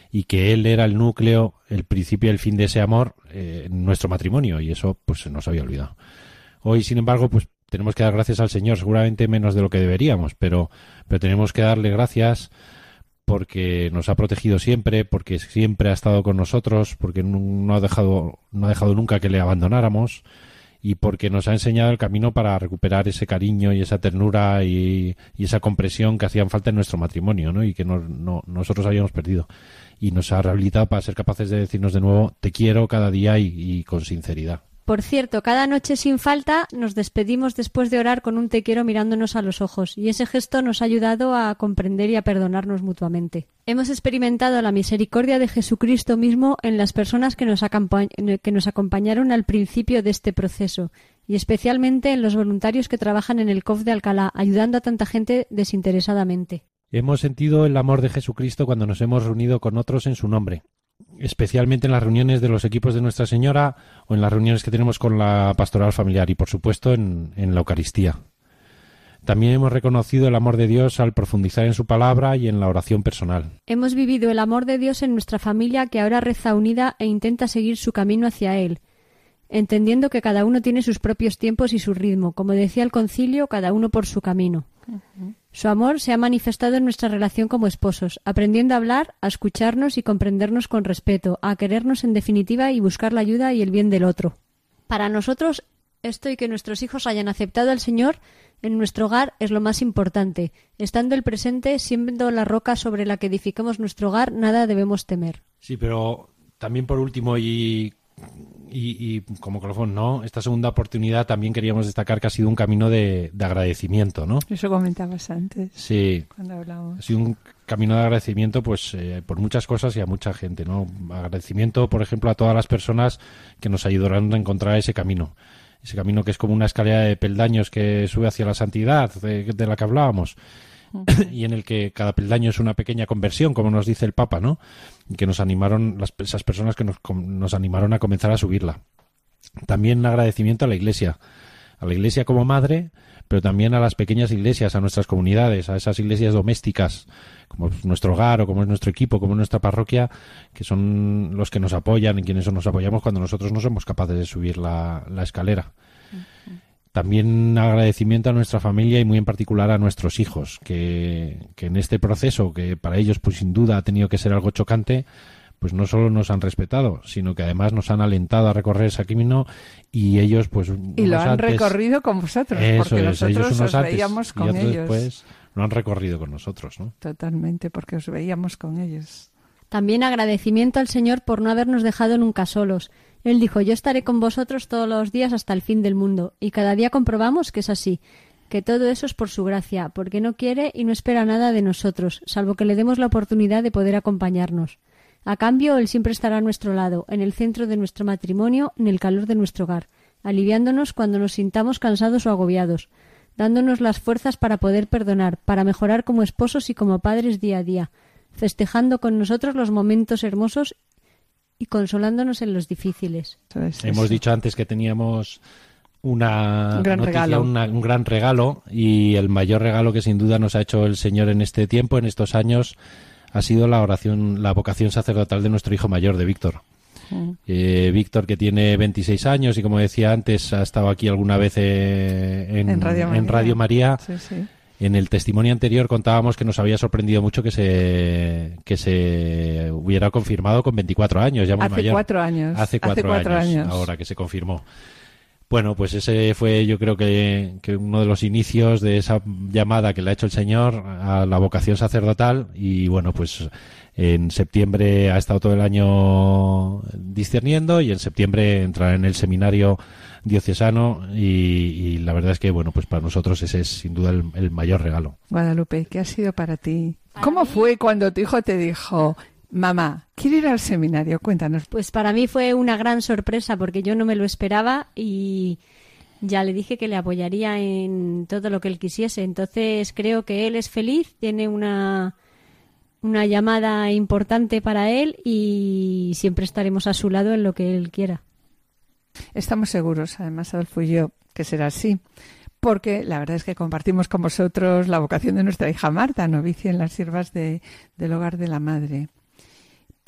y que él era el núcleo, el principio y el fin de ese amor eh, en nuestro matrimonio, y eso pues se nos había olvidado. Hoy, sin embargo, pues tenemos que dar gracias al Señor, seguramente menos de lo que deberíamos, pero, pero tenemos que darle gracias porque nos ha protegido siempre, porque siempre ha estado con nosotros, porque no, no ha dejado, no ha dejado nunca que le abandonáramos, y porque nos ha enseñado el camino para recuperar ese cariño y esa ternura y, y esa compresión que hacían falta en nuestro matrimonio, ¿no? Y que no, no, nosotros habíamos perdido. Y nos ha rehabilitado para ser capaces de decirnos de nuevo te quiero cada día y, y con sinceridad. Por cierto, cada noche sin falta nos despedimos después de orar con un te quiero mirándonos a los ojos, y ese gesto nos ha ayudado a comprender y a perdonarnos mutuamente. Hemos experimentado la misericordia de Jesucristo mismo en las personas que nos, acampa- que nos acompañaron al principio de este proceso, y especialmente en los voluntarios que trabajan en el C O F de Alcalá, ayudando a tanta gente desinteresadamente. Hemos sentido el amor de Jesucristo cuando nos hemos reunido con otros en su nombre, especialmente en las reuniones de los equipos de Nuestra Señora o en las reuniones que tenemos con la pastoral familiar y, por supuesto, en, en la Eucaristía. También hemos reconocido el amor de Dios al profundizar en su palabra y en la oración personal. Hemos vivido el amor de Dios en nuestra familia, que ahora reza unida e intenta seguir su camino hacia Él, entendiendo que cada uno tiene sus propios tiempos y su ritmo, como decía el concilio, cada uno por su camino. Uh-huh. Su amor se ha manifestado en nuestra relación como esposos, aprendiendo a hablar, a escucharnos y comprendernos con respeto, a querernos en definitiva y buscar la ayuda y el bien del otro. Para nosotros, esto y que nuestros hijos hayan aceptado al Señor en nuestro hogar es lo más importante. Estando el presente, siendo la roca sobre la que edificamos nuestro hogar, nada debemos temer. Sí, pero también por último y... Y, y como colofón, ¿no? Esta segunda oportunidad también queríamos destacar que ha sido un camino de, de agradecimiento, ¿no? Eso comentabas antes. Sí. Cuando hablamos. Ha sido un camino de agradecimiento, pues, eh, por muchas cosas y a mucha gente, ¿no? Agradecimiento, por ejemplo, a todas las personas que nos ayudaron a encontrar ese camino. Ese camino que es como una escalera de peldaños que sube hacia la santidad, de, de la que hablábamos. Uh-huh. Y en el que cada peldaño es una pequeña conversión, como nos dice el Papa, ¿no? Y que nos animaron, las, esas personas que nos, nos animaron a comenzar a subirla. También un agradecimiento a la Iglesia, a la Iglesia como madre, pero también a las pequeñas iglesias, a nuestras comunidades, a esas iglesias domésticas, como es nuestro hogar o como es nuestro equipo, como es nuestra parroquia, que son los que nos apoyan y quienes nos apoyamos cuando nosotros no somos capaces de subir la, la escalera. Uh-huh. También agradecimiento a nuestra familia y muy en particular a nuestros hijos, que, que en este proceso, que para ellos pues sin duda ha tenido que ser algo chocante, pues no solo nos han respetado, sino que además nos han alentado a recorrer ese camino y ellos pues... Y lo han antes, recorrido con vosotros, eso porque es, nosotros ellos unos os antes veíamos con y otros ellos. Después lo han recorrido con nosotros, ¿no? Totalmente, porque os veíamos con ellos. También agradecimiento al Señor por no habernos dejado nunca solos. Él dijo, yo estaré con vosotros todos los días hasta el fin del mundo. Y cada día comprobamos que es así, que todo eso es por su gracia, porque no quiere y no espera nada de nosotros, salvo que le demos la oportunidad de poder acompañarnos. A cambio, Él siempre estará a nuestro lado, en el centro de nuestro matrimonio, en el calor de nuestro hogar, aliviándonos cuando nos sintamos cansados o agobiados, dándonos las fuerzas para poder perdonar, para mejorar como esposos y como padres día a día, festejando con nosotros los momentos hermosos y consolándonos en los difíciles. Entonces, Hemos eso. dicho antes que teníamos una un gran noticia, regalo. una, un gran regalo, y el mayor regalo que sin duda nos ha hecho el Señor en este tiempo, en estos años, ha sido la oración, la vocación sacerdotal de nuestro hijo mayor, de Víctor. Mm. Eh, Víctor, que tiene veintiséis años y, como decía antes, ha estado aquí alguna vez eh, en, en Radio María. En Radio María. Sí, sí. En el testimonio anterior contábamos que nos había sorprendido mucho que se que se hubiera confirmado con veinticuatro años, ya muy Hace mayor. cuatro años. Hace cuatro, Hace cuatro años, años, ahora que se confirmó. Bueno, pues ese fue, yo creo que, que uno de los inicios de esa llamada que le ha hecho el Señor a la vocación sacerdotal, y bueno, pues en septiembre ha estado todo el año discerniendo y en septiembre entrará en el seminario diocesano y, y la verdad es que, bueno, pues para nosotros ese es sin duda el, el mayor regalo. Guadalupe, ¿qué ha sido para ti? Para ¿Cómo mí... fue cuando tu hijo te dijo, mamá, quiero ir al seminario? Cuéntanos. Pues para mí fue una gran sorpresa porque yo no me lo esperaba y ya le dije que le apoyaría en todo lo que él quisiese. Entonces creo que él es feliz, tiene una, una llamada importante para él y siempre estaremos a su lado en lo que él quiera. Estamos seguros, además, Adolfo y yo, que será así, porque la verdad es que compartimos con vosotros la vocación de nuestra hija Marta, novicia en las siervas de, del hogar de la madre.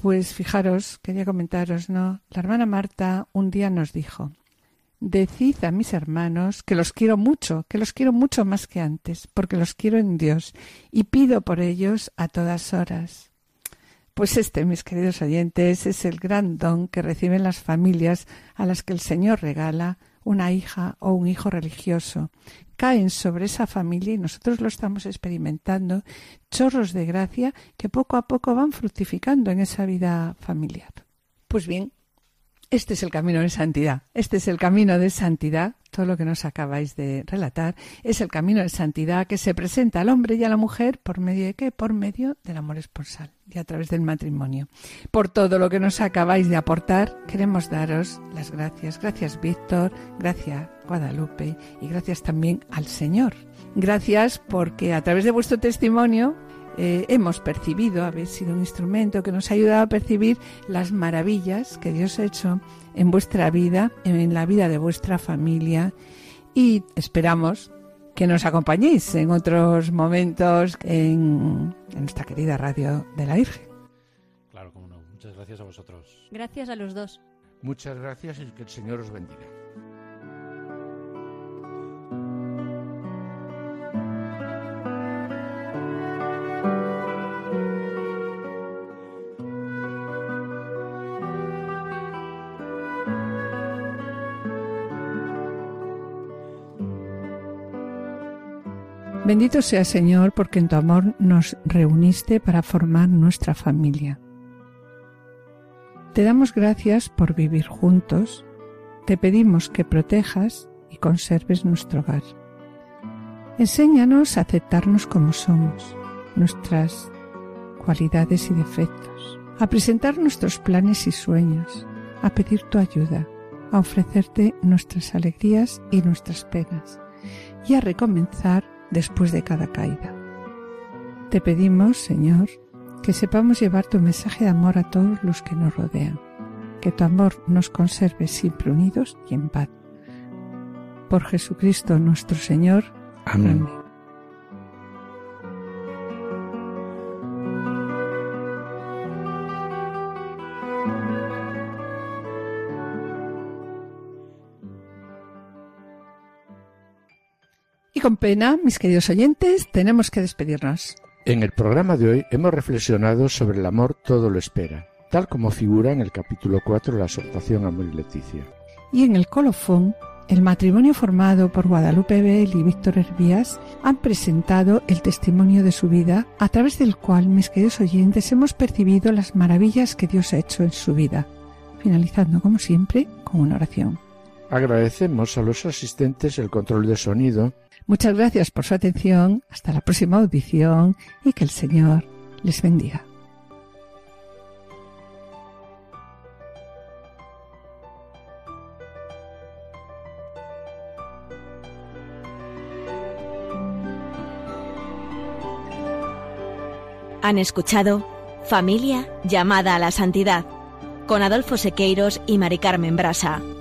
Pues fijaros, quería comentaros, ¿no? La hermana Marta un día nos dijo: decid a mis hermanos que los quiero mucho, que los quiero mucho más que antes, porque los quiero en Dios y pido por ellos a todas horas. Pues este, mis queridos oyentes, es el gran don que reciben las familias a las que el Señor regala una hija o un hijo religioso. Caen sobre esa familia, y nosotros lo estamos experimentando, chorros de gracia que poco a poco van fructificando en esa vida familiar. Pues bien, este es el camino de santidad. Este es el camino de santidad. Todo lo que nos acabáis de relatar es el camino de santidad que se presenta al hombre y a la mujer por medio de ¿qué? Por medio del amor esponsal y a través del matrimonio. Por todo lo que nos acabáis de aportar, queremos daros las gracias. Gracias, Víctor. Gracias, Guadalupe. Y gracias también al Señor. Gracias porque a través de vuestro testimonio Eh, hemos percibido, habéis sido un instrumento que nos ha ayudado a percibir las maravillas que Dios ha hecho en vuestra vida, en la vida de vuestra familia, y esperamos que nos acompañéis en otros momentos en, en nuestra querida Radio de la Virgen. Claro, cómo no. Muchas gracias a vosotros. Gracias a los dos. Muchas gracias y que el Señor os bendiga. Bendito sea, Señor, porque en tu amor nos reuniste para formar nuestra familia. Te damos gracias por vivir juntos. Te pedimos que protejas y conserves nuestro hogar. Enséñanos a aceptarnos como somos, nuestras cualidades y defectos, a presentar nuestros planes y sueños, a pedir tu ayuda, a ofrecerte nuestras alegrías y nuestras penas, y a recomenzar después de cada caída. Te pedimos, Señor, que sepamos llevar tu mensaje de amor a todos los que nos rodean, que tu amor nos conserve siempre unidos y en paz. Por Jesucristo nuestro Señor. Amén. Amén. Y con pena, mis queridos oyentes, tenemos que despedirnos. En el programa de hoy hemos reflexionado sobre el amor todo lo espera, tal como figura en el capítulo cuatro de la exhortación Amor y Leticia. Y en el colofón, el matrimonio formado por Guadalupe Bell y Víctor Hervías han presentado el testimonio de su vida, a través del cual, mis queridos oyentes, hemos percibido las maravillas que Dios ha hecho en su vida, finalizando, como siempre, con una oración. Agradecemos a los asistentes el control de sonido. Muchas gracias por su atención, hasta la próxima audición y que el Señor les bendiga. Han escuchado Familia llamada a la santidad con Adolfo Sequeiros y Mari Carmen Brasa.